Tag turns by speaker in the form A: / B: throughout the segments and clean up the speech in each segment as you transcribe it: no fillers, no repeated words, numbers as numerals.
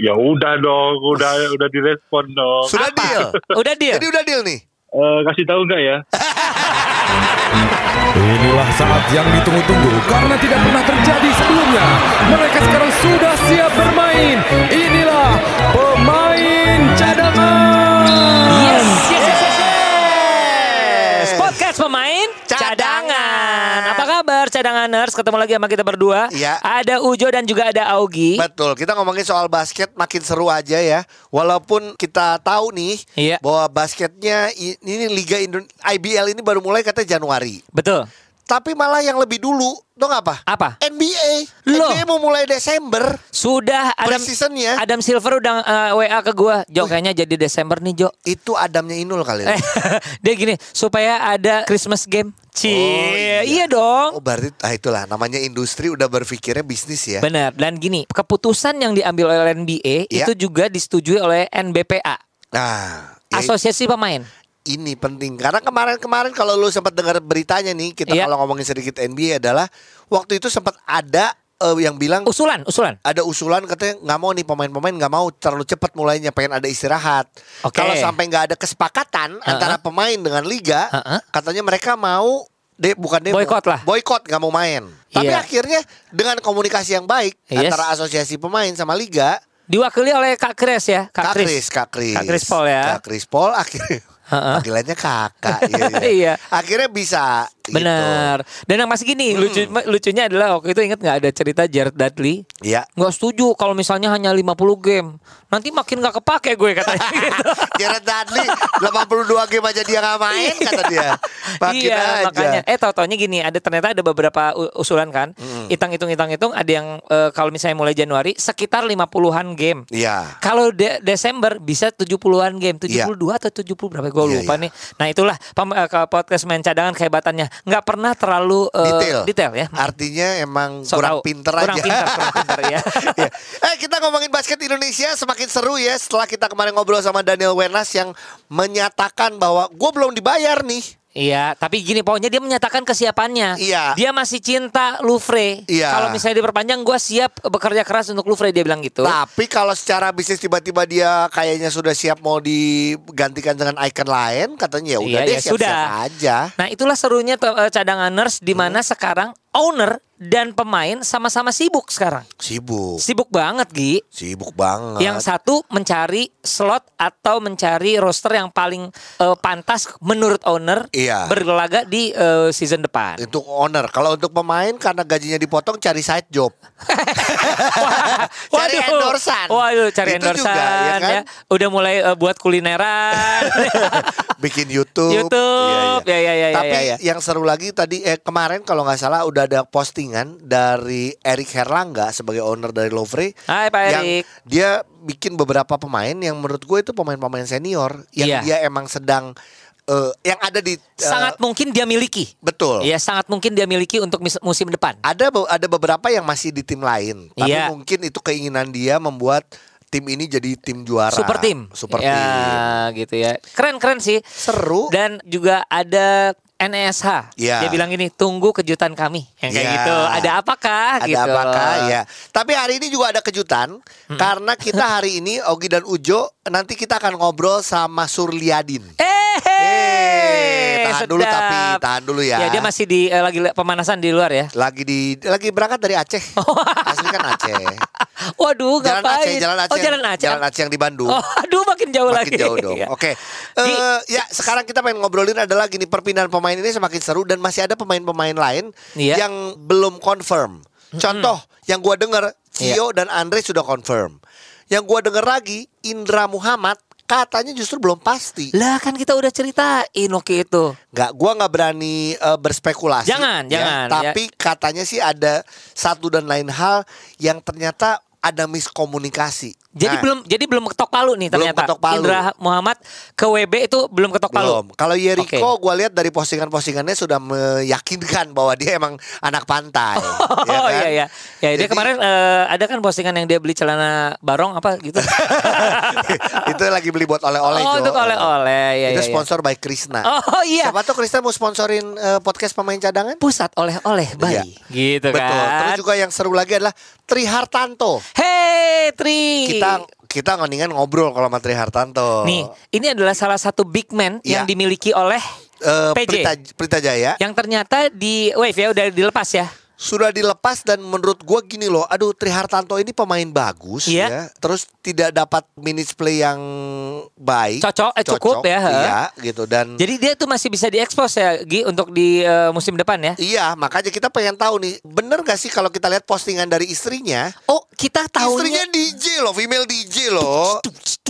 A: Ya udah dong, udah direspon dong.
B: Sudah deal.
C: Udah deal.
B: Jadi udah deal nih.
A: Kasih tahu nggak ya?
D: Inilah saat yang ditunggu-tunggu karena tidak pernah terjadi sebelumnya. Mereka sekarang sudah siap bermain. Inilah pemain cadangan.
C: Yes. Podcast pemain cadangan. Apa kabar cadanganers? Ketemu lagi sama kita berdua.
B: Iya.
C: Ada Ujo dan juga ada Augie.
B: Betul, kita ngomongin soal basket makin seru aja ya. Walaupun kita tahu nih
C: Iya.
B: bahwa basketnya ini Liga IBL ini baru mulai katanya Januari.
C: Betul.
B: Tapi malah yang lebih dulu, tau gak apa?
C: Apa?
B: NBA.
C: Loh.
B: NBA mau mulai Desember.
C: Sudah
B: Pre-seasonnya.
C: Adam Silver udah WA ke gua. Jo kayaknya jadi Desember nih Jo.
B: Itu Adamnya Inul kali.
C: Dia gini, supaya ada Christmas game. Iya dong.
B: Oh berarti itulah namanya industri udah berpikirnya bisnis ya.
C: Benar. Dan gini, keputusan yang diambil oleh NBA
B: Iya.
C: itu juga disetujui oleh NBPA.
B: Nah,
C: Asosiasi Pemain.
B: ini penting karena kemarin kalau lu sempat dengar beritanya nih, kita
C: Iya.
B: kalau ngomongin sedikit NBA adalah waktu itu sempat ada yang bilang
C: Usulan.
B: ada usulan katanya nggak mau nih pemain-pemain nggak mau terlalu cepat mulainya, pengen ada istirahat.
C: Oke.
B: Kalau sampai nggak ada kesepakatan antara pemain dengan liga, katanya mereka mau bukan demo,
C: Boykot lah.
B: boykot nggak mau main. Tapi
C: Iya.
B: akhirnya dengan komunikasi yang baik
C: Yes.
B: antara asosiasi pemain sama liga,
C: Diwakili oleh Kak Kris ya.
B: Kak Kris
C: Kak Kris Paul ya.
B: Kak Kris Paul akhirnya panggilannya kakak.
C: Iya.
B: Akhirnya bisa.
C: Benar. Dan yang masih gini, lucunya adalah waktu itu ingat nggak ada cerita Jared Dudley?
B: Iya.
C: Nggak setuju kalau misalnya hanya 50 game. Nanti makin nggak kepake gue katanya gitu.
B: Jared Dudley 82 game aja dia nggak main kata dia. Makin
C: Iya
B: aja.
C: makanya. Tahu-taunya gini, ternyata ada beberapa usulan kan. Hitung-hitung ada yang kalau misalnya mulai Januari sekitar 50-an game.
B: Iya.
C: Kalau Desember bisa 70-an game, 72 atau 70 berapa gue lupa nih. Nah itulah ke podcast main cadangan kehebatannya. Nggak pernah terlalu detail ya.
B: Artinya emang
C: So
B: kurang
C: tahu.
B: pinter
C: Kurang
B: aja.
C: pinter ya.
B: Ya. Kita ngomongin basket Indonesia semakin seru ya setelah kita kemarin ngobrol sama Daniel Wenas yang menyatakan bahwa gue belum dibayar nih.
C: Iya, tapi gini pokoknya dia menyatakan kesiapannya.
B: Iya.
C: Dia masih cinta Louvre.
B: Iya.
C: Kalau misalnya diperpanjang, gue siap bekerja keras untuk Louvre, dia bilang gitu.
B: Tapi kalau secara bisnis tiba-tiba dia kayaknya sudah siap mau digantikan dengan icon lain, katanya ya udah
C: Iya,
B: deh
C: ya
B: siap-siap
C: sudah.
B: aja.
C: Nah itulah serunya cadanganers di mana sekarang owner dan pemain sama-sama sibuk sekarang. Sibuk banget Gi.
B: Sibuk banget.
C: Yang satu mencari slot atau mencari roster yang paling pantas menurut owner
B: Iya.
C: berlaga di season depan.
B: Untuk owner, kalau untuk pemain karena gajinya dipotong cari side job. Cari endorsan.
C: Waduh, cari
B: Itu
C: endorsan
B: juga, ya kan?
C: ya. Udah mulai buat kulineran.
B: Bikin YouTube.
C: YouTube. Ya.
B: Tapi
C: ya.
B: yang seru lagi tadi kemarin kalau nggak salah udah ada postingan dari Erik Herlangga sebagai owner dari Louvre.
C: Hai Pak
B: Yang
C: Erik.
B: dia bikin beberapa pemain yang menurut gue itu pemain-pemain senior yang
C: Iya.
B: dia emang sedang yang ada di
C: Sangat mungkin dia miliki.
B: betul.
C: Ya, sangat mungkin dia miliki untuk musim depan.
B: Ada beberapa yang masih di tim lain, tapi
C: Iya.
B: mungkin itu keinginan dia membuat tim ini jadi tim juara.
C: Super team.
B: Super
C: ya,
B: team.
C: gitu ya. Keren sih.
B: Seru.
C: Dan juga ada NSH.
B: Iya.
C: Dia bilang gini, tunggu kejutan kami. Yang kayak
B: Iya.
C: gitu. Ada apakah
B: Ada
C: gitu.
B: apakah ya. Tapi hari ini juga ada kejutan. Karena kita hari ini Ogi dan Ujo nanti kita akan ngobrol sama Surliadin. Tahan dulu ya.
C: Ya dia masih lagi pemanasan di luar ya.
B: Lagi berangkat dari Aceh. Asli kan Aceh.
C: Waduh,
B: Jalan
C: ngapain?
B: Aceh, Jalan Aceh.
C: Oh, Jalan Aceh.
B: Jalan Aceh yang di Bandung.
C: Oh, aduh makin jauh lagi.
B: Makin jauh dong.
C: Iya.
B: Oke. Ya sekarang kita pengen ngobrolin adalah gini, perpindahan pemain ini semakin seru dan masih ada pemain-pemain lain
C: Iya.
B: yang belum confirm. Contoh yang gua dengar Cio dan Andre sudah confirm. Yang gua dengar lagi Indra Muhammad katanya justru belum pasti.
C: Lah kan kita udah ceritain waktu itu.
B: Gua nggak berani berspekulasi.
C: Jangan.
B: Tapi katanya sih ada satu dan lain hal yang ternyata ada miskomunikasi.
C: Jadi belum ketok palu nih
B: Belum
C: ternyata.
B: ketok palu.
C: Indra Muhammad ke WB itu belum ketok palu.
B: Belum. Kalau Yeriko
C: Oke.
B: gue lihat dari postingannya sudah meyakinkan bahwa dia emang anak pantai.
C: Oh
B: kan?
C: iya. Ya dia
B: Jadi-
C: kemarin ada kan postingan yang dia beli celana barong apa gitu.
B: Itu lagi beli buat oleh-oleh.
C: Oh,
B: Jo.
C: untuk oleh-oleh. Ya,
B: Itu
C: ya.
B: sponsor by Krisna.
C: Oh iya.
B: Siapa tuh Krisna mau sponsorin podcast pemain cadangan?
C: Pusat oleh-oleh Bali. Gitu
B: Betul.
C: kan.
B: Terus juga yang seru lagi adalah Tri Hartanto.
C: Hey Tri.
B: kita mendingan ngobrol kalau sama Tri Hartanto.
C: Nih, ini adalah salah satu big man yang dimiliki oleh PJ
B: Pelita Jaya.
C: Yang ternyata di Wave ya udah dilepas ya.
B: Sudah dilepas dan menurut gua gini loh, aduh Tri Hartanto ini pemain bagus ya. Terus tidak dapat minutes play yang baik.
C: Cukup ya.
B: Iya gitu dan.
C: Jadi dia tuh masih bisa diekspos ya Gi untuk di musim depan ya.
B: Iya, makanya kita pengen tahu nih, bener gak sih kalau kita lihat postingan dari istrinya?
C: Oh, kita tahu
B: istrinya DJ loh, female DJ loh.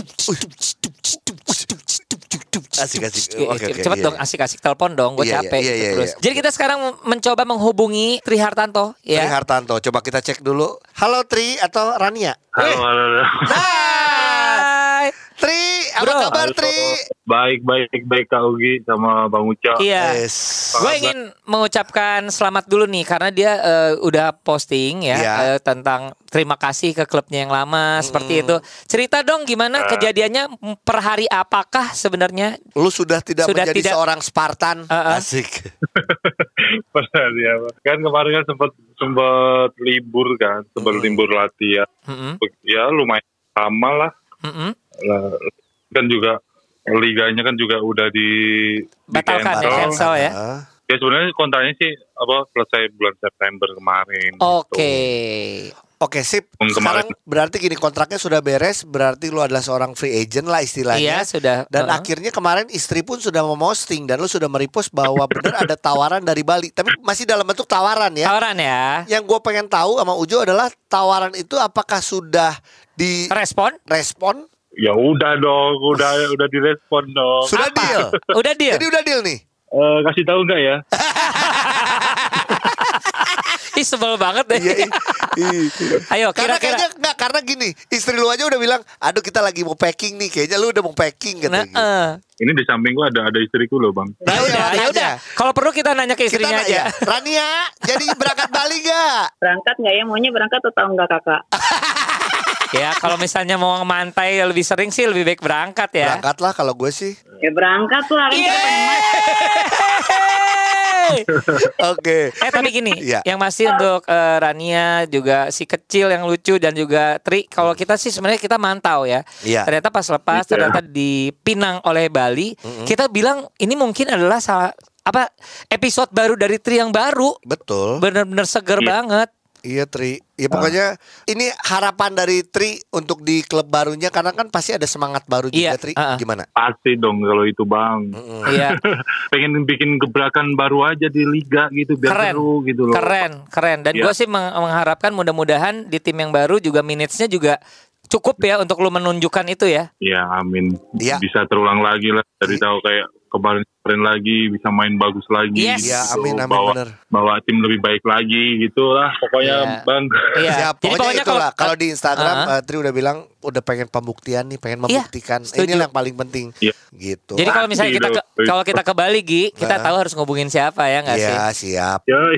B: Asik.
C: Cepet dong, asik telepon dong, gue capek terus. Jadi kita sekarang mencoba menghubungi Tri Hartanto ya.
B: Tri Hartanto, coba kita cek dulu. Halo Tri atau Rania?
A: Halo.
B: Hai. Tri, apa kabar Tri?
A: Baik Kak Ugi sama Bang Uca.
C: Iya. Gue ingin mengucapkan selamat dulu nih karena dia udah posting ya tentang terima kasih ke klubnya yang lama seperti itu. Cerita dong gimana kejadiannya per hari apakah sebenarnya?
B: Lu sudah tidak menjadi seorang Spartan. Asik.
A: Benar ya. Kan kemarin kan sempat libur kan, libur latihan. Ya lumayan lama lah. Kan juga liganya kan juga udah
C: batalkan cancel ya.
A: Ya sebenarnya kontraknya sih selesai bulan September kemarin.
B: Oke, sip. Sekarang berarti gini, kontraknya sudah beres, berarti lu adalah seorang free agent lah istilahnya.
C: Iya, sudah.
B: Dan akhirnya kemarin istri pun sudah memosting dan lu sudah merepost bahwa benar ada tawaran dari Bali. Tapi masih dalam bentuk tawaran ya.
C: Tawaran ya.
B: Yang gue pengen tahu sama Ujo adalah tawaran itu apakah sudah
C: respon?
A: Ya udah dong, udah direspon dong.
B: Sudah deal.
C: Udah deal.
B: Jadi udah deal nih.
A: Kasih tahu nggak ya?
C: Ih sebel banget deh. Ayo kira-kira
B: enggak, karena gini, istri lu aja udah bilang, aduh kita lagi mau packing nih, kayaknya lu udah mau packing gitu.
A: Ini di samping gua ada istriku loh Bang.
C: Ya udah. Kalau perlu kita nanya ke istrinya aja.
B: Rania, jadi berangkat Bali gak?
E: Berangkat nggak ya? Maunya berangkat atau enggak kakak?
C: Ya kalau misalnya mau mantai lebih sering sih lebih baik berangkat ya.
B: Berangkat lah kalau gue sih.
E: Ya berangkat lah.
B: Oke.
C: Tapi gini, yang masih untuk Rania juga si kecil yang lucu dan juga Tri. Kalau kita sih sebenarnya kita mantau ya. Ternyata pas lepas ternyata dipinang oleh Bali. Kita bilang ini mungkin adalah episode baru dari Tri yang baru.
B: Betul.
C: Bener-bener seger banget.
B: Iya Tri, ya pokoknya ini harapan dari Tri untuk di klub barunya karena kan pasti ada semangat baru juga Tri. Gimana?
A: Pasti dong kalau itu Bang.
C: Iya.
A: Pengen bikin gebrakan baru aja di liga gitu biar seru gitu loh.
C: Keren. Dan gue sih mengharapkan mudah-mudahan di tim yang baru juga minutes-nya juga cukup ya untuk lu menunjukkan itu ya.
A: Iya, amin.
B: Ya.
A: Bisa terulang lagi lah. Dari tahu kayak kemarin lagi bisa main bagus lagi.
B: Iya, amin bener.
A: Bawa tim lebih baik lagi gitu lah. Pokoknya Bang.
B: Iya. Pokoknya itulah. Kalau di Instagram Tri udah bilang udah pengen pembuktian nih, pengen membuktikan. Ini yang paling penting. Gitu.
C: Jadi kalau misalnya kita ke Bali Gi, kita tahu harus ngubungin siapa ya nggak sih?
B: Iya, siap.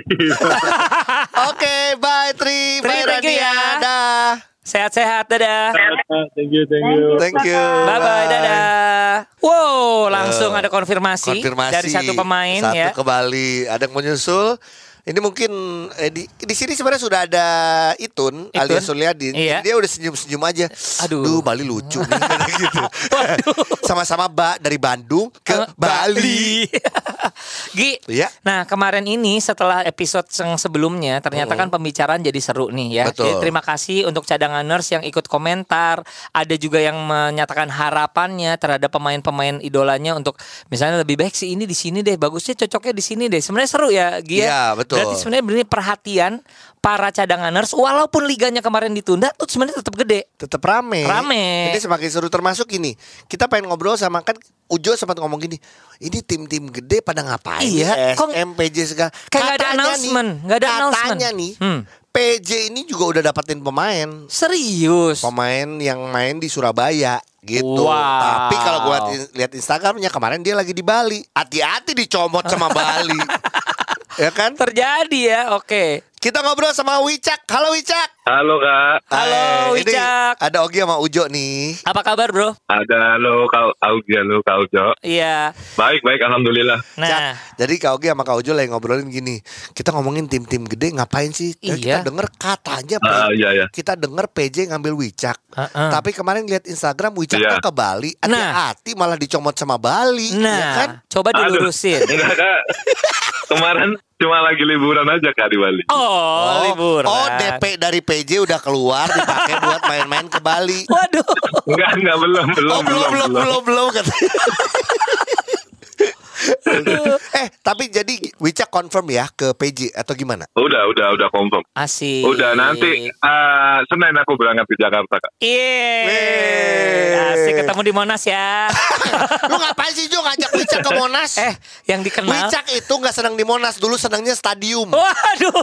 B: Oke, bye Tri. Bye Rania. Dah.
C: Sehat-sehat, dadah.
A: Thank you.
C: Bye-bye, dadah. Wow, langsung ada konfirmasi dari satu pemain ya.
B: Satu ke Bali, ada yang menyusul. Ini mungkin di sini sebenarnya sudah ada Itun alias Sulyadin. Dia udah senyum-senyum aja. Aduh, Bali lucu nih gitu. Sama-sama dari Bandung ke Bali.
C: Gi. Nah, kemarin ini setelah episode yang sebelumnya ternyata kan pembicaraan jadi seru nih ya. Jadi terima kasih untuk cadanganers yang ikut komentar. Ada juga yang menyatakan harapannya terhadap pemain-pemain idolanya untuk misalnya lebih baik sih ini di sini deh, bagusnya cocoknya di sini deh. Sebenarnya seru ya, Gi.
B: Iya, betul.
C: Berarti sebenarnya benar perhatian para cadanganers walaupun liganya kemarin ditunda tuh sebenarnya tetap gede.
B: Tetap rame. Jadi semakin seru termasuk ini. Kita pengen ngobrol sama kan Ujo sempat ngomong gini, ini tim-tim gede pada ngapain?
C: Iya,
B: MPJ segala.
C: Kayak nggak ada announcement,
B: Katanya nih, PJ ini juga udah dapetin pemain.
C: Serius?
B: Pemain yang main di Surabaya gitu. Tapi kalau gue lihat Instagramnya kemarin dia lagi di Bali. Hati-hati dicomot sama Bali. Ya kan?
C: Terjadi ya, oke.
B: Kita ngobrol sama Wicak. Halo Wicak.
A: Halo Kak.
C: Halo Wicak.
B: Ada Ogi sama Ujo nih.
C: Apa kabar bro?
A: Ada halo Kak Augi, halo Kak Ujo.
C: Iya.
A: Baik, alhamdulillah.
C: Nah,
B: Cak, jadi Kak Ogi sama Kak Ujo lagi ngobrolin gini. Kita ngomongin tim-tim gede ngapain sih?
C: Iya.
B: Kita denger katanya
A: iya.
B: kita denger PJ ngambil Wicak. Tapi kemarin lihat Instagram Wicaknya ke Bali. Hati-hati malah dicomot sama Bali.
C: Nah,
B: ya kan?
C: coba dilurusin.
A: Enggak Kak. Kemarin cuma lagi liburan aja Kak di Bali.
C: Liburan.
B: Oh, DP dari PJ udah keluar dipakai buat main-main ke Bali.
C: Waduh.
A: Enggak,
B: belum katanya. Tapi jadi Wicak confirm ya ke PJ atau gimana?
A: Udah confirm.
C: Asik.
A: Udah nanti Senin aku berangkat ke Jakarta Kak.
C: Asik ketemu di Monas ya.
B: Lu ngapain sih Jo ngajak Wicak ke Monas?
C: Yang dikenal
B: Wicak itu gak senang di Monas, dulu senangnya stadium.
C: Waduh.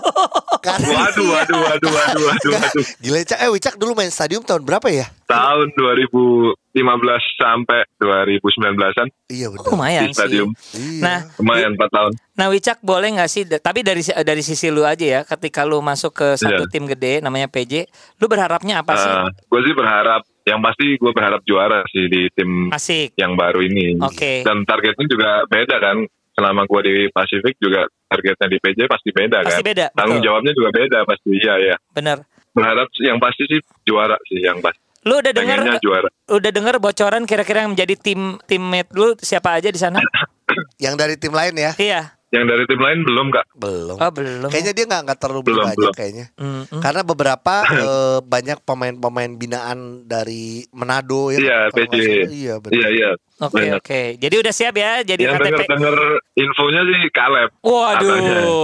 B: Waduh. Gila Cak, Wicak dulu main stadium tahun berapa ya?
A: Tahun 2015 sampai 2019-an.
B: Iya benar.
C: Lumayan
A: di stadium.
C: Sih. Nah,
A: lumayan 4 tahun.
C: Nah Wicak boleh gak sih, tapi dari sisi lu aja ya, ketika lu masuk ke satu tim gede namanya PJ, lu berharapnya apa sih?
A: Gue sih berharap, yang pasti gue berharap juara sih di tim yang baru ini. Dan targetnya juga beda kan. Selama gue di Pasifik juga targetnya di PJ pasti beda kan.
C: Beda,
A: tanggung jawabnya juga beda pasti, iya.
C: Bener.
A: Berharap yang pasti sih juara sih yang pasti.
C: Lu udah dengar bocoran kira-kira yang menjadi teammate lu siapa aja di sana?
B: Yang dari tim lain ya?
C: Iya.
A: Yang dari tim lain belum Kak.
C: Belum.
B: Kayaknya dia nggak terlalu banyak kayaknya. Karena beberapa banyak pemain-pemain binaan dari Manado ya.
A: Iya, PJ. Iya.
C: Oke. Jadi udah siap ya jadi
A: KTP. Yang denger infonya sih Caleb.
C: Waduh.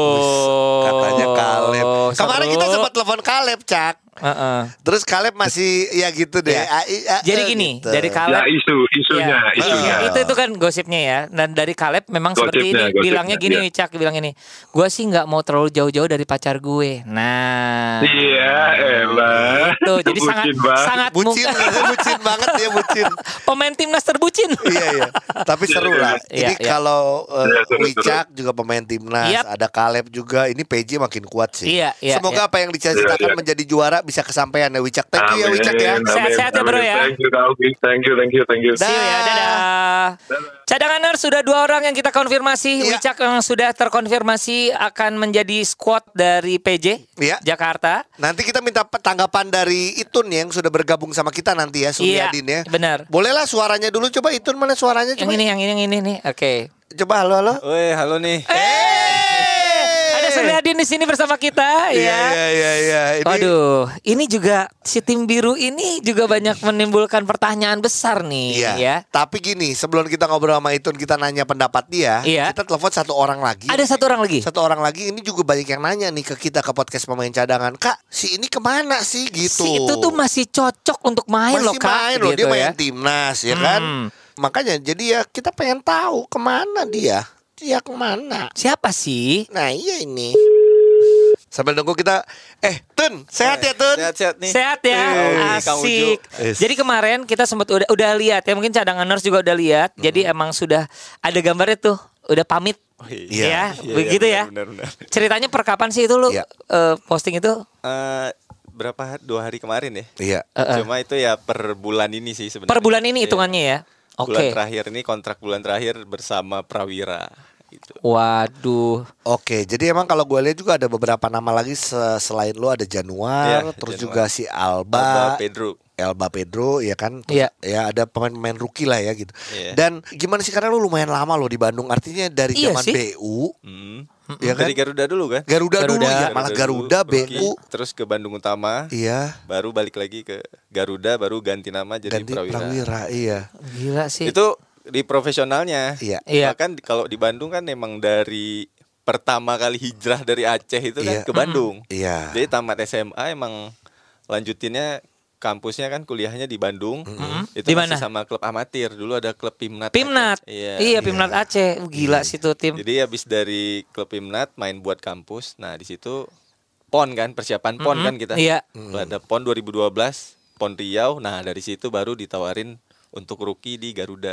B: Katanya Caleb. Kemarin kita sempat telepon Caleb, Cak. Terus Caleb masih ya gitu deh.
C: Jadi gini, gitu. Dari Caleb
A: isunya.
C: Itu kan gosipnya ya. Dan dari Caleb memang seperti ini. Bilangnya gini, Wicak bilang ini. Gue sih nggak mau terlalu jauh-jauh dari pacar gue. Nah.
A: Iya, elah.
C: Itu jadi sangat
B: bucin banget ya bucin.
C: Pemain timnas terbucin.
B: Iya. Tapi seru lah. Ini kalau Wicak juga pemain timnas, ada Caleb juga. Ini PJ makin kuat sih.
C: Iya.
B: Semoga apa yang dicita-citakan menjadi juara bisa kesampaian ya Wicak. Thank you ya Wicak ya.
C: Sehat-sehat ya bro ya.
A: Thank you.
C: See you ya, dadah. Cadanganers sudah 2 orang yang kita konfirmasi. Wicak yang sudah terkonfirmasi akan menjadi squad dari PJ Jakarta.
B: Nanti kita minta tanggapan dari Itun yang sudah bergabung sama kita nanti ya, Suryadin ya.
C: Benar.
B: Bolehlah suaranya dulu, coba Itun mana suaranya coba.
C: Yang ini nih. Oke.
B: Coba halo.
F: Woi, halo nih.
C: Suryadin di sini bersama kita ya.
B: Iya.
C: Waduh, ini juga si tim biru ini juga banyak menimbulkan pertanyaan besar nih ya.
B: Tapi gini, sebelum kita ngobrol sama Itun, kita nanya pendapat dia, kita telepon 1 orang lagi.
C: Ada 1 orang lagi.
B: 1 orang lagi ini juga banyak yang nanya nih ke kita ke podcast pemain cadangan. Kak, si ini kemana sih gitu.
C: Si itu tuh masih cocok untuk main loh Kak.
B: Masih main loh,
C: gitu
B: dia main timnas ya kan. Makanya jadi ya kita pengen tahu kemana dia. Dia kemana?
C: Siapa sih?
B: Nah iya ini. Sambil nunggu kita Tun, sehat ya Tun?
F: Sehat nih.
C: Sehat ya, asik. Jadi kemarin kita sempat udah lihat ya, mungkin cadanganers juga udah lihat. Jadi emang sudah ada gambarnya tuh, udah pamit.
B: Iya.
C: Begitu ya.
F: Benar.
C: Ceritanya per kapan sih itu lu posting itu?
F: Berapa 2 hari kemarin ya?
B: Iya.
F: Cuma itu ya per bulan ini sih sebenarnya.
C: Per bulan ini hitungannya ya.
F: Bulan terakhir ini kontrak bulan terakhir bersama Prawira gitu.
C: Waduh.
B: Oke, jadi emang kalau gue lihat juga ada beberapa nama lagi selain lu, ada Januar, terus juga si Alba Pedro ya kan.
C: Iya.
B: Ya ada pemain-pemain rookie lah ya gitu. Dan gimana sih, karena lu lumayan lama lo di Bandung, artinya dari zaman BU.
F: Ya kan? Dari Garuda dulu kan?
B: Garuda dulu ya, malah Garuda BU
F: terus ke Bandung Utama.
B: Iya.
F: Baru balik lagi ke Garuda, baru ganti nama jadi Prawira.
B: Iya.
C: Gila sih.
F: Itu di profesionalnya.
B: Iya.
F: Bahkan kalau di Bandung kan emang dari pertama kali hijrah dari Aceh itu kan ke Bandung.
B: Iya.
F: Jadi tamat SMA emang lanjutinnya kampusnya kan kuliahnya di Bandung. Itu
C: Dimana?
F: masih sama klub amatir. Dulu ada klub Pimnat.
C: Iya, Pimnat Aceh. Gila sih tuh tim.
F: Jadi habis dari klub Pimnat main buat kampus. Nah, di situ PON kan, persiapan PON kan kita.
C: Iya.
F: Ada PON 2012, PON Riau. Nah, dari situ baru ditawarin untuk rookie di Garuda.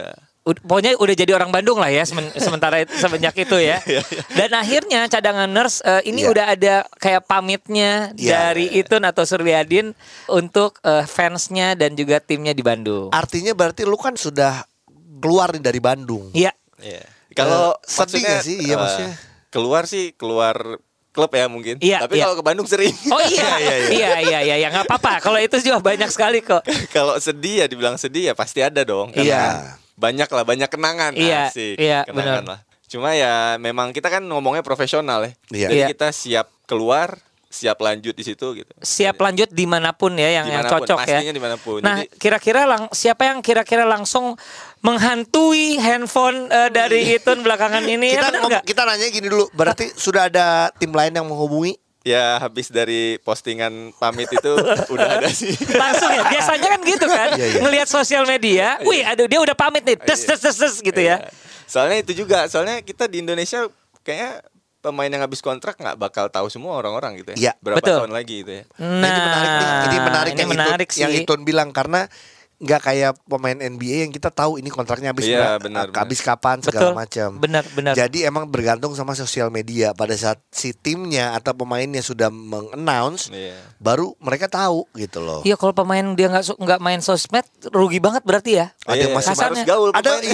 C: pokoknya udah jadi orang Bandung lah ya sementara semenjak itu ya. Dan akhirnya cadanganers ini udah ada kayak pamitnya dari Itun atau Suryadin untuk fansnya dan juga timnya di Bandung.
B: Artinya berarti lu kan sudah keluar nih dari Bandung.
C: Iya.
F: Kalau
B: sedih gak sih? Iya maksudnya.
F: Keluar klub ya mungkin. Tapi kalau ke Bandung sering.
C: Oh iya, nggak apa-apa. Kalau itu juga banyak sekali kok.
F: Kalau sedih ya dibilang sedih ya pasti ada dong. Banyak kenangan.
C: Kenangan
F: lah. Cuma ya memang kita kan ngomongnya profesional ya. Jadi kita siap keluar, siap lanjut di situ gitu.
C: Siap lanjut dimanapun ya yang cocok ya.
F: Pastinya dimanapun.
C: Nah, kira-kira siapa yang kira-kira langsung menghantui handphone dari Itun belakangan ini?
B: Kita nanya gini dulu. Berarti sudah ada tim lain yang menghubungi?
F: Ya habis dari postingan pamit itu udah ada sih.
C: Langsung ya. Biasanya kan gitu kan. Ngelihat sosial media, wih aduh dia udah pamit nih. Des gitu ya.
F: Soalnya itu juga. Soalnya kita di Indonesia kayaknya pemain yang habis kontrak nggak bakal tahu semua orang-orang gitu ya.
B: Berapa
F: tahun lagi gitu ya.
B: Nah ini menarik nih. Ini menarik yang Itun bilang karena nggak kayak pemain NBA yang kita tahu ini kontraknya habis habis kapan segala macam.
C: Benar.
B: Jadi emang bergantung sama sosial media. Pada saat si timnya atau pemainnya sudah meng-announce, baru mereka tahu gitu loh.
C: Iya, kalau pemain dia nggak main sosmed rugi banget berarti ya.
B: Ada yang masih
F: harus gaul.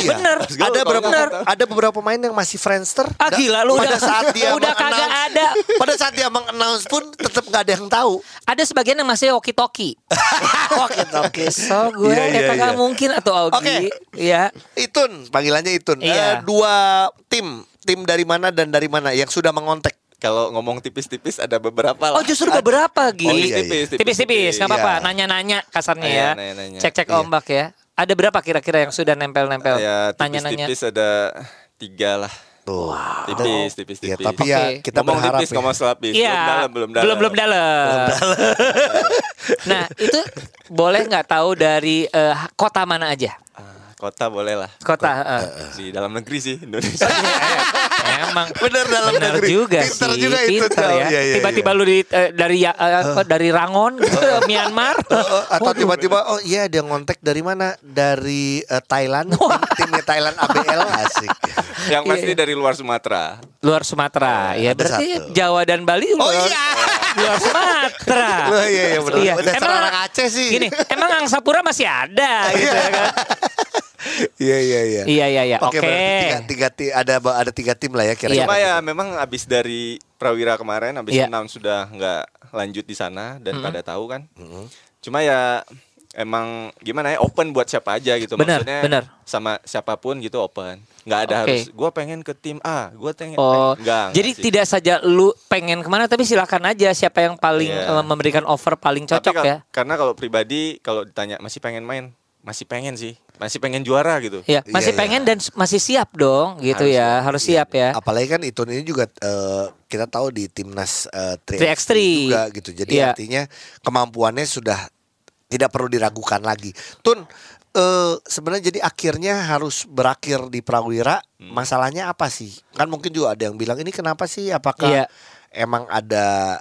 B: Ada beberapa pemain yang masih Friendster.
C: Gila lu
B: pada saat dia
C: udah kagak ada.
B: Pada saat dia meng-announce pun tetap nggak ada yang tahu.
C: Ada sebagian yang masih walkie-talkie. So gue kagak mungkin atau Augie.
B: Iya. Itun, panggilannya Itun. Dua tim dari mana dan dari mana yang sudah mengontak?
F: Kalau ngomong tipis-tipis ada beberapa lah.
C: Oh justru beberapa gitu.
F: Tipis-tipis,
C: nggak apa-apa. Nanya-nanya kasarnya ya. Cek-cek ombak ya. Ada berapa kira-kira yang sudah nempel-nempel?
F: Nanya-nanya. Tipis ada 3 lah. Tipis.
B: Ya, tapi kita
F: ngomong
B: berharap
F: tipis, ngomong selapis.
C: Belum dalam. Nah itu boleh nggak tahu dari kota mana aja?
F: Kota boleh lah.
C: Kota
F: di dalam negeri sih Indonesia.
C: Emang
B: bener dalam negeri
C: juga
B: pinter
C: sih.
B: Juga
C: pinter ya. Tiba-tiba lu dari Rangon gitu, Myanmar.
B: Atau tiba-tiba dia ngontek dari mana? Dari Thailand. Timnya Thailand ABL asik.
F: Yang pasti dari luar Sumatera.
C: Luar Sumatera. Ya berarti Jawa dan Bali luar Sumatera.
B: Iya benar.
C: Emang
B: orang Aceh sih.
C: Gini, emang Angsapura masih ada gitu ya kan. Iya.
B: Oke. Ada 3 tim lah ya kira-kira.
F: Cuma ya memang abis dari Prawira kemarin abis announce sudah nggak lanjut di sana dan pada tahu kan. Cuma ya emang gimana ya, open buat siapa aja gitu. Maksudnya sama siapapun gitu open. Nggak ada harus gue pengen ke tim A, gue pengen enggak.
C: Jadi tidak saja lu pengen kemana, tapi silakan aja siapa yang paling memberikan offer paling cocok ya.
F: Karena kalau pribadi kalau ditanya masih pengen main, masih pengen sih, masih pengen juara gitu.
C: Iya, masih pengen dan masih siap dong gitu harus siap ya.
B: Apalagi kan Itun ini juga kita tahu di timnas
C: 3x3
B: juga gitu. Jadi artinya kemampuannya sudah tidak perlu diragukan lagi. Tun, sebenarnya jadi akhirnya harus berakhir di Prawira. Masalahnya apa sih? Kan mungkin juga ada yang bilang ini kenapa sih? Apakah emang ada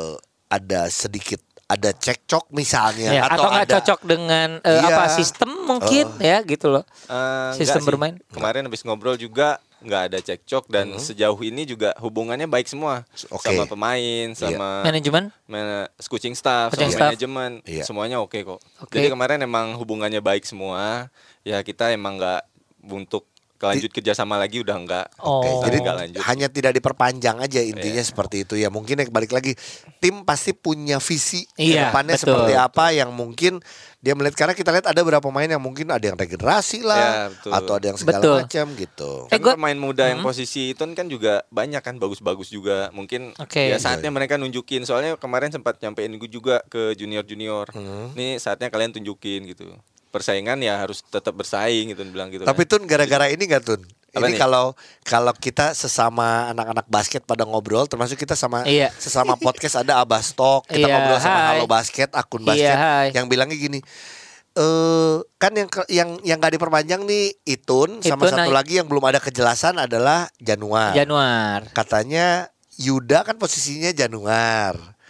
B: sedikit ada cekcok misalnya
C: atau nggak cocok dengan sistem mungkin gitu loh. Sistem bermain.
F: Kemarin habis ngobrol juga nggak ada cekcok dan sejauh ini juga hubungannya baik semua sama pemain, sama
C: manajemen,
F: coaching staff, sama manajemen, semuanya oke kok. Jadi kemarin emang hubungannya baik semua. Ya kita emang nggak untuk lanjut kerjasama lagi udah enggak.
B: Jadi enggak lanjut. Hanya tidak diperpanjang aja intinya seperti itu ya. Mungkin balik lagi tim pasti punya visi depannya seperti apa yang mungkin dia melihat, karena kita lihat ada beberapa pemain yang mungkin ada yang regenerasi lah atau ada yang segala macam gitu.
F: Kan pemain muda yang posisi itu kan juga banyak kan bagus-bagus juga. Mungkin ya saatnya mereka nunjukin. Soalnya kemarin sempat nyampein gue juga ke junior-junior. Nih saatnya kalian tunjukin gitu. Persaingan ya harus tetap bersaing gitu bilang gitu.
B: Tapi Tun gara-gara ini gak Tun? Ini kalau kita sesama anak-anak basket pada ngobrol, termasuk kita sesama podcast ada Abastok, kita ngobrol sama Halo Basket, akun basket yang bilangnya gini. Kan yang gak diperpanjang nih Itun sama satu lagi yang belum ada kejelasan adalah Januar. Katanya Yuda kan posisinya Januar.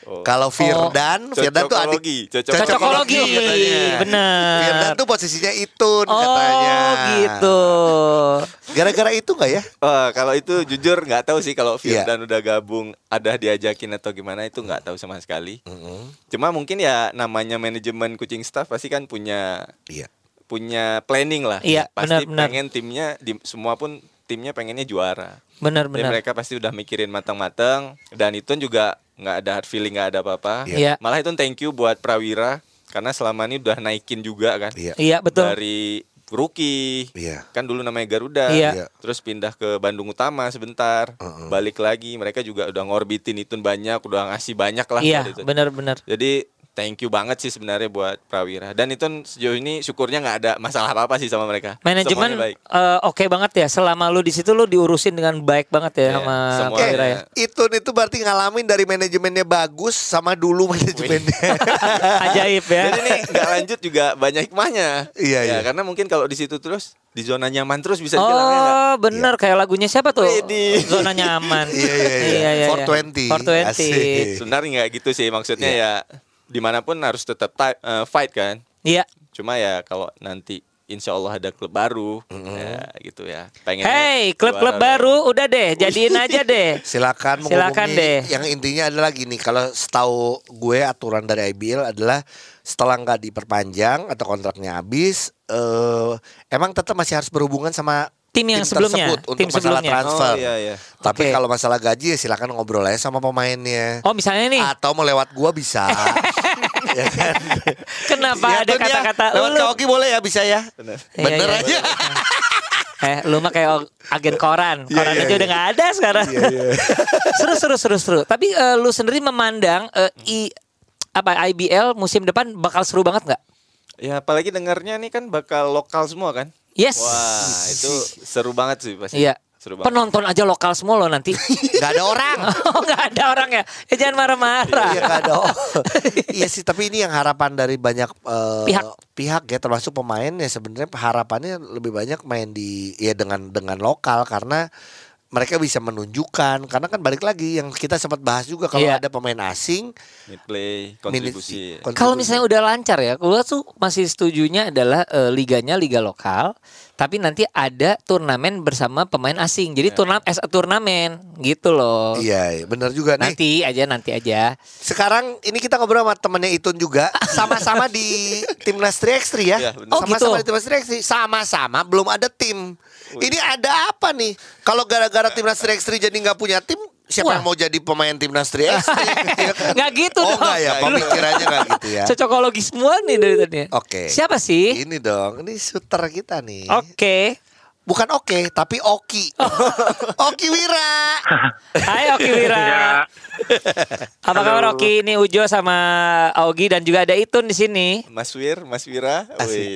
B: Kalau Firdan tuh adik
C: cocokologi. Bener.
B: Firdan tuh posisinya Itun katanya.
C: Oh gitu.
B: Gara-gara itu nggak ya?
F: Kalau itu jujur nggak tahu sih kalau Firdan udah gabung, ada diajakin atau gimana itu nggak tahu sama sekali. Cuma mungkin ya namanya manajemen coaching staff pasti kan punya planning lah.
C: Iya,
F: pasti
C: benar.
F: pengen timnya semua pun timnya pengennya juara.
C: Benar.
F: Jadi mereka pasti udah mikirin matang-matang, dan itu juga nggak ada hard feeling, nggak ada apa-apa.
C: Iya.
F: Malah itu thank you buat Prawira karena selama ini udah naikin juga kan.
C: Iya, betul.
F: Dari rookie, kan dulu namanya Garuda, terus pindah ke Bandung Utama sebentar, balik lagi, mereka juga udah ngorbitin Itun banyak, udah ngasih banyak lah.
C: Iya, benar.
F: Jadi thank you banget sih sebenarnya buat Prawira. Dan itu sejauh ini syukurnya nggak ada masalah apa-apa sih sama mereka.
C: Manajemen oke banget ya. Selama lu di situ lu diurusin dengan baik banget ya sama Prawira ya.
B: Itu berarti ngalamin dari manajemennya bagus sama dulu manajemennya.
C: Ajaib ya.
F: Jadi ini nggak lanjut juga banyak hikmahnya.
B: Iya.
F: Karena mungkin kalau di situ terus di zona nyaman terus bisa dibilang ya.
C: Oh bener, kayak lagunya siapa tuh? Zona nyaman.
B: Iya. 420.
F: Sebenarnya nggak gitu sih, maksudnya ya dimanapun harus tetap fight kan. Iya. Cuma ya kalau nanti insya Allah ada klub baru, ya gitu ya.
C: Klub-klub baru udah deh, jadiin aja deh.
B: Silakan deh. Yang intinya adalah gini, kalau setahu gue aturan dari IBL adalah setelah nggak diperpanjang atau kontraknya habis, emang tetap masih harus berhubungan sama
C: tim yang sebelumnya
B: untuk masalah transfer. Tapi kalau masalah gaji ya silakan ngobrol aja sama pemainnya.
C: Oh misalnya nih.
B: Atau mau lewat gua bisa. Ya kan?
C: Kenapa ada kata-kata
B: lewat Kaoki boleh ya, bisa ya. Bener aja.
C: Lu mah kayak agen koran aja udah nggak ada sekarang. Seru. Tapi lu sendiri memandang IBL musim depan bakal seru banget nggak?
F: Ya apalagi dengarnya nih kan bakal lokal semua kan.
C: Yes.
F: Wah itu seru banget sih pasti.
C: Iya. Penonton aja lokal semua loh nanti.
B: Gak ada orang.
C: Gak ada orang ya. Jangan marah-marah.
B: Iya gak ada. Iya sih, tapi ini yang harapan dari banyak pihak ya, termasuk pemain ya. Sebenarnya harapannya lebih banyak main dengan lokal, karena mereka bisa menunjukkan, karena kan balik lagi yang kita sempat bahas juga, kalau ada pemain asing
F: mid play kontribusi.
C: Kalau misalnya udah lancar ya, gue tuh masih setujunya adalah liganya liga lokal, tapi nanti ada turnamen bersama pemain asing. Jadi turnamen gitu loh.
B: Iya, benar juga nih.
C: Nanti aja.
B: Sekarang ini kita ngobrol sama temennya Itun juga, sama-sama di Timnas 3x3 ya. Sama-sama di Timnas 3x3, sama-sama belum ada tim. Ini ada apa nih? Kalau gara-gara Timnas 3x3 jadi nggak punya tim, siapa yang mau jadi pemain Timnas 3x3?
C: Nggak gitu dong.
B: Enggak ya, pemikirannya nggak gitu ya.
C: Cocokologi semua nih dari tadi.
B: Oke.
C: Siapa sih?
B: Ini dong, ini shooter kita nih.
C: Oke.
B: Bukan tapi Oki. Oki Wira.
C: Hai Oki Wira. Apa kabar Oki? Ini Ujo sama Augie dan juga ada Itun di sini.
F: Mas Wira.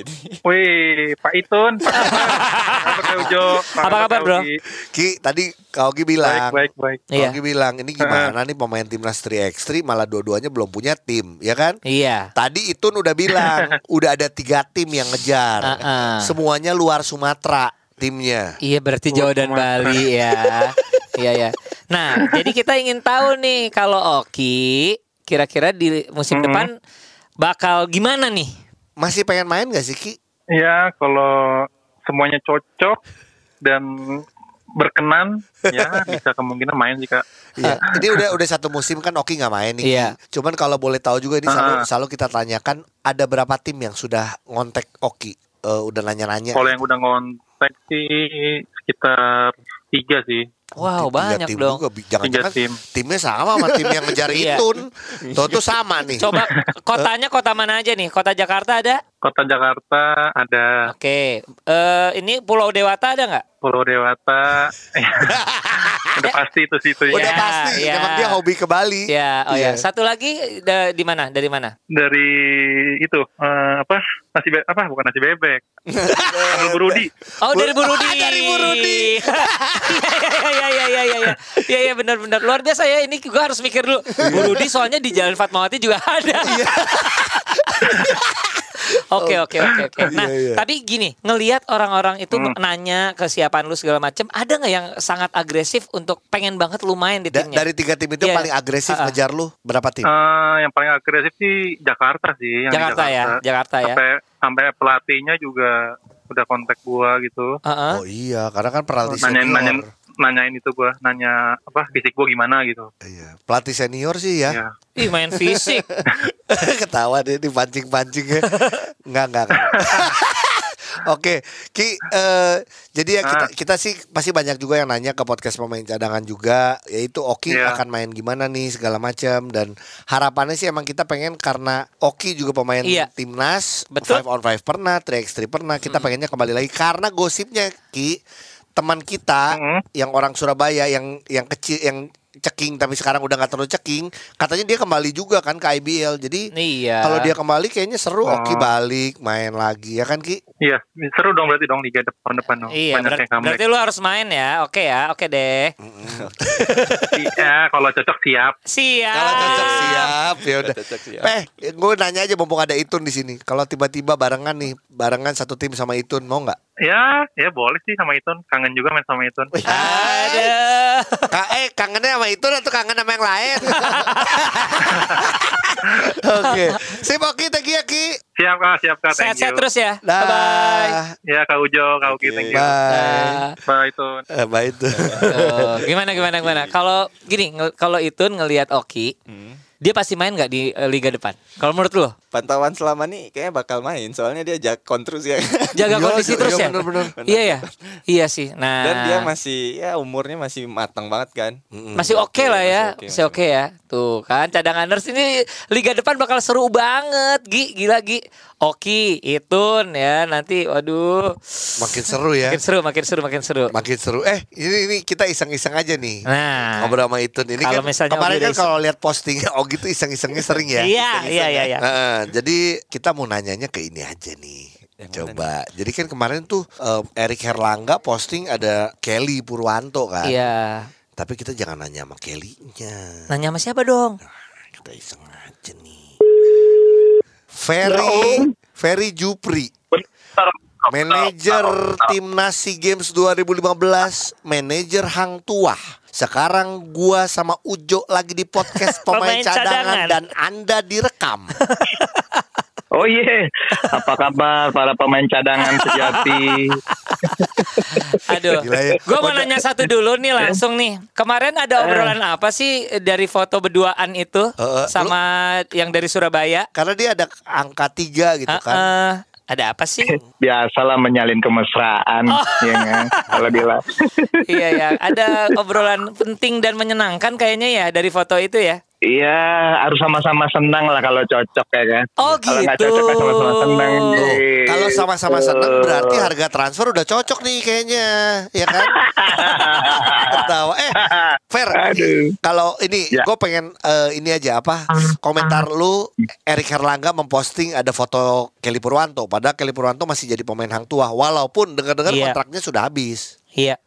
A: Wih, Pak Itun. Pak Ujo.
C: Apa kabar bro?
B: Ki, tadi Augie bilang.
A: Baik.
B: Augie bilang, ini gimana nih pemain Timnas 3x3 malah dua-duanya belum punya tim, ya kan?
C: Iya.
B: Tadi Itun udah bilang, udah ada 3 tim yang ngejar. Semuanya luar Sumatera timnya.
C: Iya, berarti Jawa dan Bali ya. Iya. Nah, jadi kita ingin tahu nih, kalau Oki kira-kira di musim depan bakal gimana nih?
B: Masih pengen main gak sih Ki?
A: Ya, kalau semuanya cocok dan berkenan, ya bisa kemungkinan main jika.
B: Iya. Ini udah 1 musim kan Oki nggak main nih.
C: Iya.
B: Cuman kalau boleh tahu juga ini selalu kita tanyakan, ada berapa tim yang sudah ngontek Oki? Udah nanya-nanya.
A: Kalau yang udah ngontek sih sekitar 3 sih.
C: Wow, banyak
B: tim
C: dong.
B: Jangan-jangan timnya sama tim yang ngejar Itun. Tuh sama nih.
C: Coba kotanya kota mana aja nih? Kota Jakarta ada?
A: Kota Jakarta ada.
C: Oke. Ini Pulau Dewata ada nggak?
A: Pulau Dewata. Udah pasti itu situ ya.
B: Udah pasti. Emang dia hobi ke Bali.
C: Ya, Satu lagi di mana? Dari mana?
A: Dari itu bukan nasi bebek. Dari Burudi.
C: Oh, dari Burudi.
B: Dari Burudi.
C: Iya, benar-benar luar biasa ya. Ini gue harus mikir dulu. Burudi soalnya di Jalan Fatmawati juga ada. Oke. Nah, tapi gini, ngelihat orang-orang itu nanya kesiapan lu segala macam, ada nggak yang sangat agresif untuk pengen banget lu main di timnya?
B: Dari 3 tim itu paling agresif ngejar lu berapa tim?
A: Yang paling agresif sih Jakarta sih.
C: Jakarta ya.
A: Sampai pelatihnya juga udah kontak gua gitu.
B: Oh iya, karena kan pelatih
A: nanyain itu gua, nanya fisik gua gimana gitu.
B: Iya, pelatih senior sih ya.
A: Iya.
C: Ih, main fisik.
B: Ketawa deh dipancing-pancing ya. Enggak. Oke, Ki, jadi ya kita sih pasti banyak juga yang nanya ke podcast pemain cadangan juga, yaitu Oki akan main gimana nih segala macam, dan harapannya sih emang kita pengen karena Oki juga pemain timnas, 5-on-5 pernah, 3x3 pernah, kita pengennya kembali lagi karena gosipnya Ki, teman kita yang orang Surabaya yang kecil yang ceking tapi sekarang udah nggak terlalu ceking, katanya dia kembali juga kan ke IBL. Jadi kalau dia kembali kayaknya seru. Oki balik main lagi ya kan Ki?
A: Iya, seru dong berarti Liga depan.
C: Iya, berarti lu harus main ya. Oke deh.
A: Iya, kalau cocok siap.
B: Kalau cocok siap ya udah. Gue nanya aja mumpung ada Itun di sini. Kalau tiba-tiba barengan satu tim sama Itun, mau nggak?
A: Ya boleh sih sama Itun. Kangen juga main sama Itun.
C: Ada.
B: Kangennya sama Itun atau kangen sama yang lain? Oke. Sip Oki, thank you Ki.
A: Siap Kak.
C: Sehat-sehat terus ya.
B: Bye.
A: Ya Kak Ujo, Kak Uki, thank you. Bye Itun.
B: Bye Itun.
C: Gimana? Kalau gini, kalau Itun ngelihat Oki, dia pasti main nggak di liga depan? Kalau menurut lo?
F: Pantauan selama nih kayaknya bakal main, soalnya dia jaga terus ya.
C: Jaga kondisi terus ya?
B: Bener.
C: Iya sih. Nah,
F: dan dia masih umurnya masih matang banget kan.
C: Masih oke lah ya. Masih oke ya. Tuh kan cadanganers ini liga depan bakal seru banget. Gila. Oki, Itun ya nanti, waduh.
B: Makin seru ya.
C: Makin seru.
B: Ini kita iseng-iseng aja nih.
C: Nah,
B: ngobrol sama Itun ini kan. Kemarin kan kalau lihat postingnya Ogi tuh iseng-isengnya sering ya.
C: Iya.
B: Jadi kita mau nanyanya ke ini aja nih. Coba. Jadi kan kemarin tuh Erik Herlangga posting ada Kelly Purwanto kan.
C: Iya.
B: Tapi kita jangan nanya sama Kelly-nya.
C: Nanya sama siapa dong?
B: Kita iseng aja nih. Ferry Jupri, manajer timnas SEA Games 2015, manajer Hang Tuah. Sekarang gua sama Ujo lagi di podcast pemain cadangan dan Anda direkam.
G: Oh iya, apa kabar para pemain cadangan sejati?
C: Aduh, gue mau nanya satu dulu nih langsung nih. Kemarin ada obrolan apa sih dari foto berduaan itu sama yang dari Surabaya?
B: Karena dia ada angka 3 gitu kan.
C: Ada apa sih?
G: Biasalah menyalin kemesraan, ya kan? Kalau bilang.
C: Iya, ada obrolan penting dan menyenangkan kayaknya ya dari foto itu ya.
G: Iya, harus sama-sama senang lah kalau cocok ya kan.
C: Oh
G: kalau
C: gitu.
G: Kalau cocok sama-sama senang.
B: Kalau sama-sama senang berarti harga transfer udah cocok nih kayaknya, ya kan? Ketawa. Fer, kalau ini gue pengen ini aja komentar lu. Erik Herlangga memposting ada foto Kelly Purwanto, padahal Kelly Purwanto masih jadi pemain Hang Tuah, walaupun dengar-dengar kontraknya sudah habis.
G: Iya.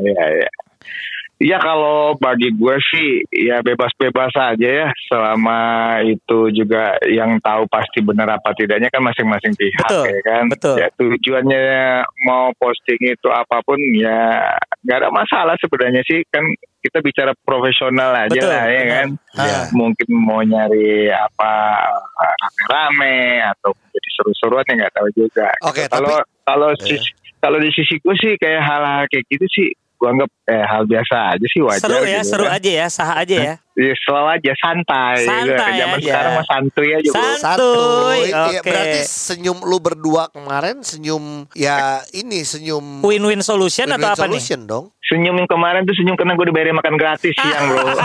G: Ya kalau bagi gue sih ya bebas-bebas aja ya, selama itu juga yang tahu pasti benar apa tidaknya kan masing-masing pihak. Ya kan.
C: Betul.
G: Ya tujuannya mau posting itu apapun ya nggak ada masalah sebenarnya sih, kan kita bicara profesional aja lah ya kan. Mungkin mau nyari apa rame-rame atau jadi seru-seruan ya nggak tahu juga. Kalau di sisi gue sih kayak hal-hal kayak gitu sih gua anggap hal biasa aja sih, wajar.
C: Seru ya,
G: gitu
C: seru aja ya, sah aja ya.
G: Ya selalu aja santai gitu. Zaman sekarang mah santuy aja.
C: Santuy.
B: Ya, berarti senyum lu berdua kemarin senyum senyum
C: win-win solution atau apa nih?
B: Dong.
G: Senyum yang kemarin tuh senyum karena gue diberi makan gratis siang, bro.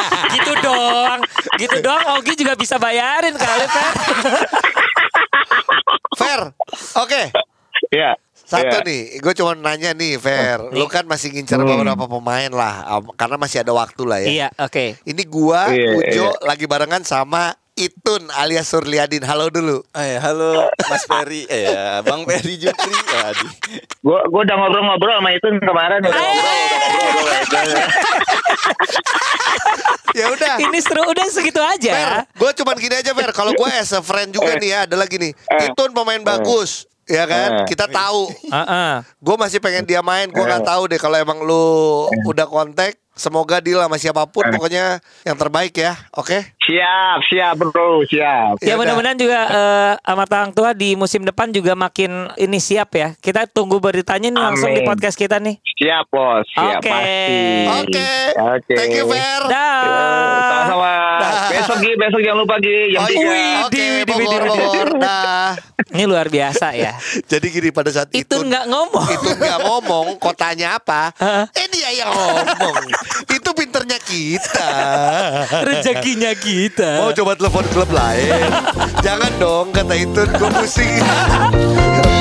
C: Gitu doang Ogi juga bisa bayarin kali,
B: Fer. Oke.
G: Ya.
B: Satu nih, gue cuma nanya nih Fer, lu kan masih ngincar beberapa pemain lah, karena masih ada waktu lah ya.
C: Iya, oke.
B: Ini gua, Ujo lagi barengan sama Itun alias Surliadin. Halo dulu.
F: Halo Mas Ferry, Bang Ferry Jupri.
G: Gue udah ngobrol-ngobrol sama Itun kemarin.
B: Ya udah.
C: Ini seru udah segitu aja.
B: Gue cuman gini aja Fer. Kalau gue as a friend juga nih ya, ada lagi nih. Itun pemain bagus. Ya kan, kita tahu. Gue masih pengen dia main. Gue nggak tahu deh kalau emang lu udah kontak. Semoga deal sama siapapun, pokoknya yang terbaik ya, oke?
G: Siap bro, siap.
C: Ya mudah-mudahan juga Amarta Hang Tua di musim depan juga makin ini siap ya. Kita tunggu beritanya nih langsung di podcast kita nih.
G: Siap bos, siap pasti.
B: Oke. Thank you Fer.
G: Sama-sama. Besok jangan lupa jam 3.
B: Oke, Bogor.
C: Ini luar biasa ya.
B: Jadi gini pada saat
C: itu nggak ngomong,
B: kotanya apa? Dia yang ngomong. Itu pinternya kita.
C: Rezekinya kita.
B: Mau coba telepon klub lain? Jangan dong, kata itu gue pusing.